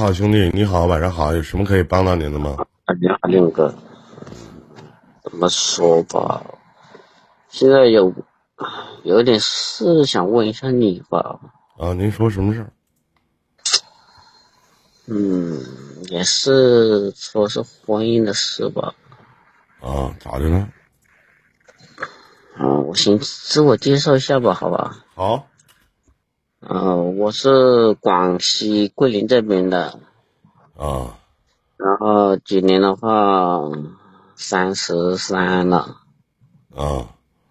好，兄弟，你好，晚上好，有什么可以帮到您的吗？ 你好，六哥，怎么说吧？现在有点事想问一下你吧。 啊，您说什么事儿？ 也是说是婚姻的事吧。 啊，咋的了？ 我先自我介绍一下吧，好吧？ 好。 我是广西桂林这边的， 啊然后今年的话33了。 啊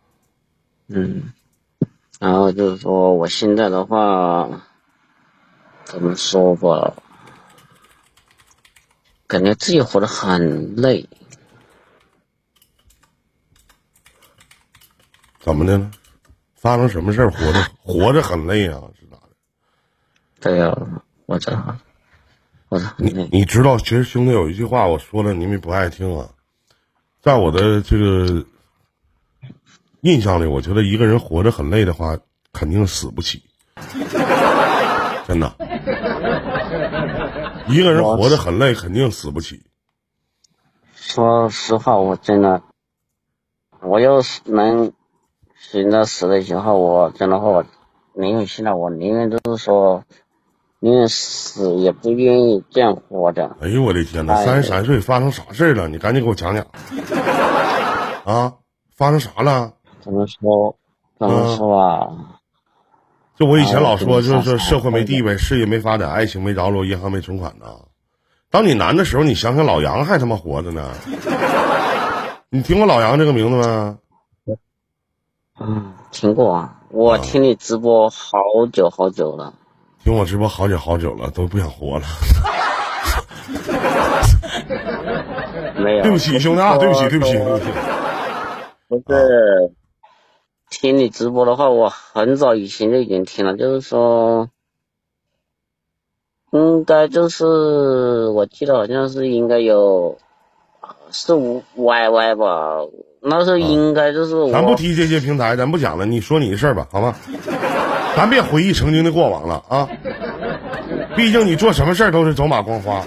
然后就是说我现在的话怎么说吧，感觉自己活得很累。 怎么的了？发生什么事儿？活着很累啊，是咋的？ 对呀，我这很累。 你知道，其实兄弟有一句话我说了，你们不爱听啊。在我的这个印象里，我觉得一个人活着很累的话，肯定死不起。真的，一个人活着很累，肯定死不起。 说实话，我真的，我要是能现在死的时候，我真的话，我宁愿现在我宁愿就是说，宁愿死也不愿意这样活着。 哎呦我的天哪！33岁发生啥事儿了？你赶紧给我讲讲。啊，发生啥了？ 怎么说啊？ 就我以前老说，就是社会没地位，事业没发展，爱情没着落，银行没存款呢。当你难的时候，你想想老杨还他妈活着呢。你听过老杨这个名字吗？ 听过啊，我听你直播好久好久了。 听我直播好久好久了，都不想活了。 没有， 对不起，兄弟啊，对不起。 不是，听你直播的话，我很早以前就已经听了，就是说，应该就是我记得好像是应该有4、5YY 吧，那时候应该就是我。 咱不提这些平台，咱不讲了，你说你的事儿吧，好吗？咱别回忆曾经的过往了啊！毕竟你做什么事儿都是走马观花。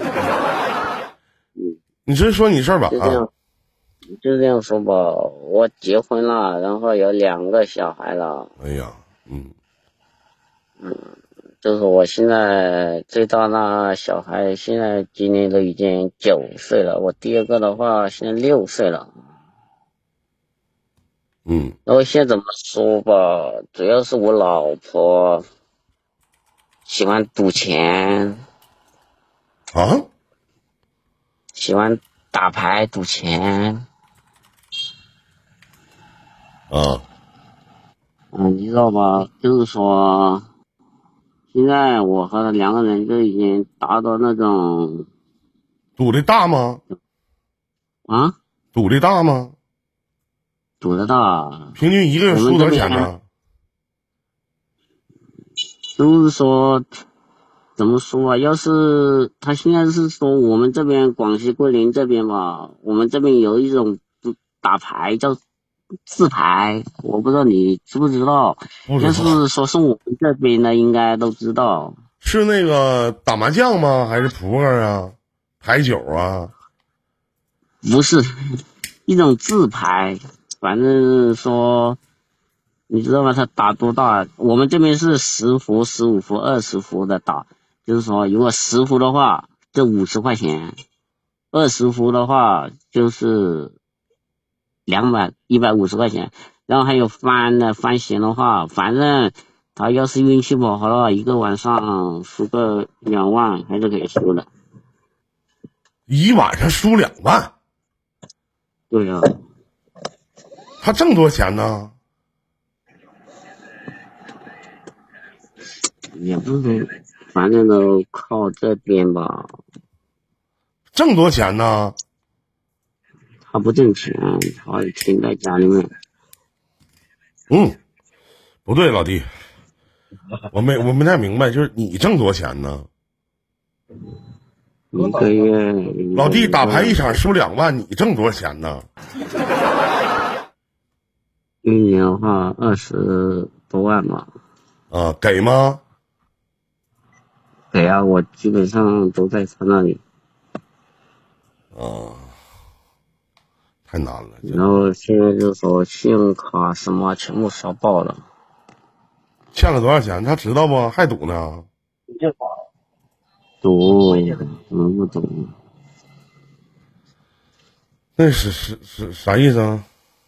你直接说你事儿吧啊！ 就这样说吧，我结婚了，然后有2个小孩了。 哎呀， 就是我现在最大那小孩现在今年都已经9岁了，我第二个的话现在6岁了。然后现在怎么说吧，主要是我老婆喜欢赌钱啊， 喜欢打牌赌钱。你知道吧？就是说，现在我和2个人就已经达到那种。 赌的大吗？ 啊？ 赌的大吗？ 赌得大。 平均一个月输多少钱呢？ 就是说，怎么说啊？要是他现在是说我们这边广西桂林这边吧，我们这边有一种打牌叫自牌，我不知道你知不知道。要是说是我们这边的，应该都知道。 是那个打麻将吗？还是扑克啊？牌九啊？ 不是，一种自牌，反正说。你知道吗？他打多大？我们这边是10伏、15伏、20伏的打，就是说，如果10伏的话，就50块钱；20伏的话，就是150块钱。然后还有翻闲的话，反正他要是运气不好的话，一个晚上输个2万还是可以输的。 一晚上输2万？ 对呀。 他挣多少钱呢？ 也不是，反正都靠这边吧。 挣多少钱呢？ 他不挣钱，他停在家里面。 不对，老弟，我没太明白，就是你挣多少钱呢？ 一个月。 老弟，打牌一场输2万，你挣多少钱呢？ 一年的话20多万吧。 给吗？ 给啊，我基本上都在他那里。 太难了。 然后现在就说信用卡什么全部刷爆了。 欠了多少钱？他知道不？还赌呢？ 赌，怎么不赌？ 那是啥意思啊？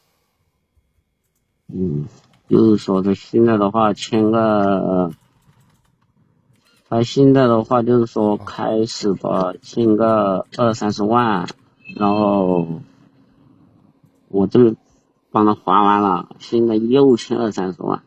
就是说他现在的话签个，他现在的话就是说开始吧，签个20-30万，然后我这帮他还完了，现在又欠20-30万。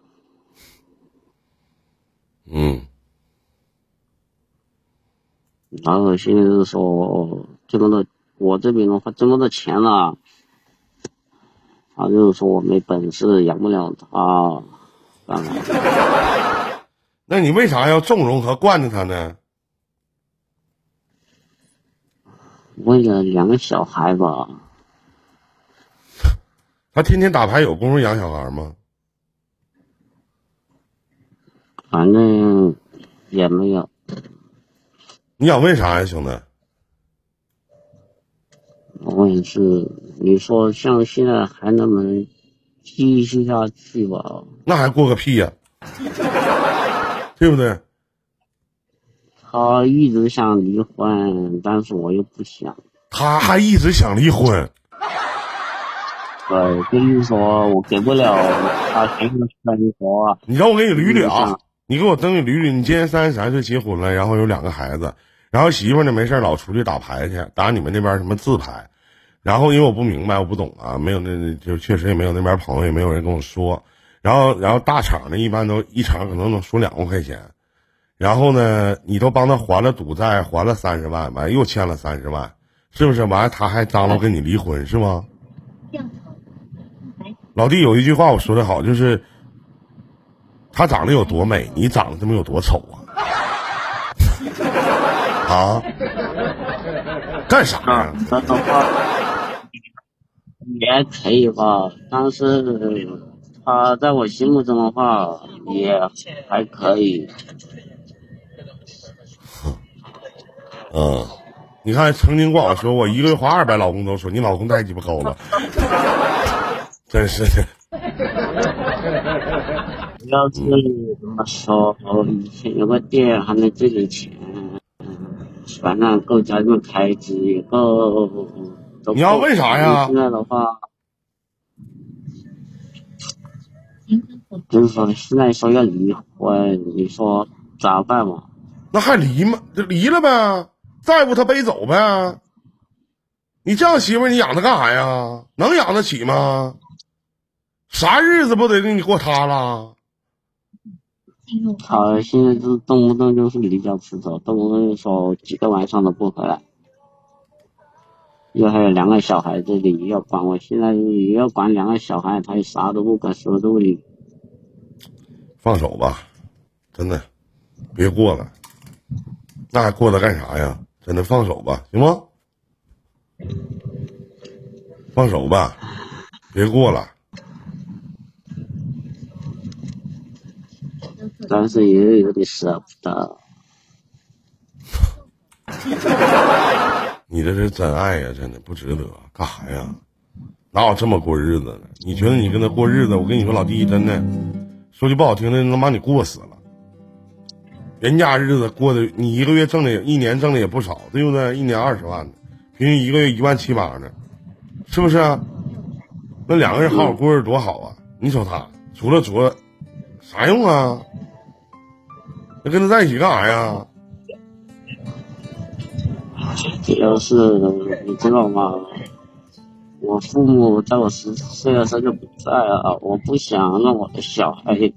然后现在就是说这么多，我这边的话这么多钱了，他就是说我没本事养不了他，当然。 那你为啥要纵容和惯着他呢？ 为了2个小孩吧。 他天天打牌有功夫养小孩吗？ 反正也没有。 你想问啥呀，兄弟？ 我问是，你说像现在还能不能继续下去吧？ 那还过个屁呀、对不对？ 他一直想离婚，但是我又不想。 他还一直想离婚。 对，就是说我给不了他全部生活。 你让我给你捋捋啊，你给我登记捋捋。你今年33岁结婚了，然后有2个孩子，然后媳妇呢没事老出去打牌去，打你们那边什么自牌。然后因为我不明白，我不懂啊，没有那就确实也没有那边朋友，也没有人跟我说。然后大场呢一般都一场可能能输2万块钱。然后呢，你都帮他还了赌债，还了30万，完又欠了30万，是不是？完了他还张罗跟你离婚，是吗？老弟有一句话我说的好，就是他长得有多美，你长得这么有多丑啊？啊？干啥呀？ 那的话也可以吧，但是他在我心目中的话也还可以。 你看曾经跟我说我1个月花200，老公都说你老公太鸡巴高了，真是的。 要是怎么说，以前有个店还能挣点钱，反正够家里面开支，也够。 你要问啥呀？ 现在的话，就是说现在说要离婚，你说咋办嘛？ 那还离吗？就离了呗，债务他背走呗。你这样媳妇你养他干啥呀？能养得起吗？啥日子不得给你过塌了？ 他现在就动不动就是离家出走，动不动就说几个晚上都不回来，又还有2个小孩这里要管，我现在也要管2个小孩，他啥都不管，什么都不理。 放手吧，真的，别过了，那还过了干啥呀？真的放手吧，行吗？放手吧，别过了。 但是也有点舍不得。 你这是真爱呀，真的不值得，干啥呀？哪有这么过日子的？你觉得你跟他过日子？我跟你说，老弟，真的，说句不好听的，能把你过死了。人家日子过的，你1个月挣的，1年挣的也不少，对不对？1年20万的，平均1个月1.7万的，是不是啊？那2个人好好过日子多好啊！你瞅他，除了作，啥用啊？那跟他在一起干啥呀？ 就是你知道吗？我父母在我14岁的时候就不在了，我不想让我的小孩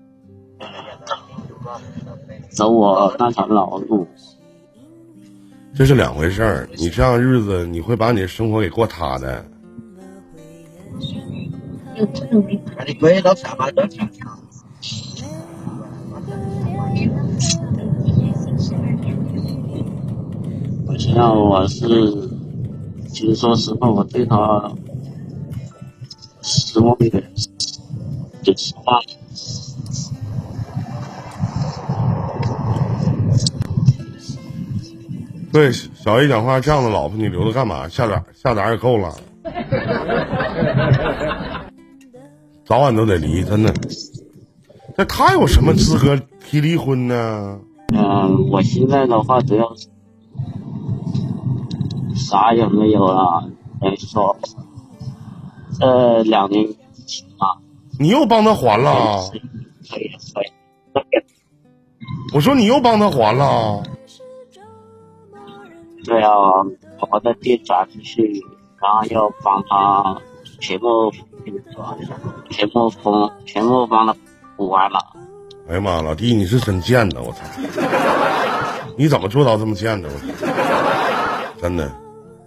走我那条老路。 这是2回事儿，你这样日子你会把你的生活给过塌的。现在我是，其实说实话，我对他失望的，就失望。 对，小 A 讲话，这样的老婆你留着干嘛？下崽也够了，早晚都得离，真的。那他有什么资格提离婚呢？ 我现在的话主要啥也没有了，等于说2年前嘛。 你又帮他还了？ 可以。 我说你又帮他还了？ 对啊，我的店转出去，然后要帮他全部帮他补完了。 哎呀妈，老弟你是真贱呐！我操，你怎么做到这么贱的？我操，真的。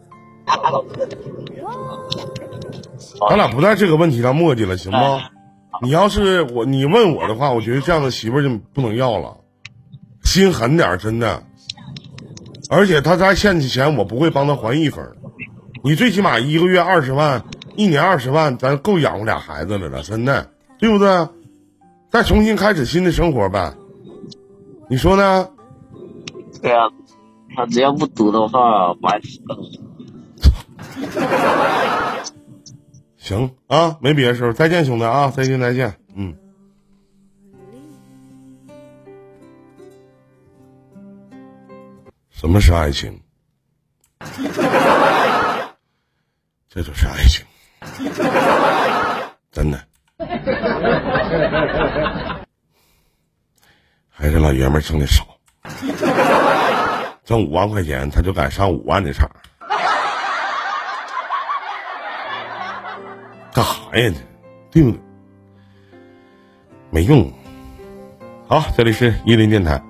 咱俩不在这个问题上磨叽了，行吗？你要是你问我的话，我觉得这样的媳妇儿就不能要了，心狠点，真的。而且他在献起钱，我不会帮他还1分，你最起码1个月20万，1年20万，咱够养活俩孩子了，真的，对不对？再重新开始新的生活呗，你说呢？ 对啊，他只要不赌的话，玩死了。 行啊，没别的事，再见兄弟啊，再见。什么是爱情？这就是爱情，真的。还是老爷们儿挣的少，挣5万块钱他就敢上5万的场，干啥呀？对不对？没用。好，这里是10电台。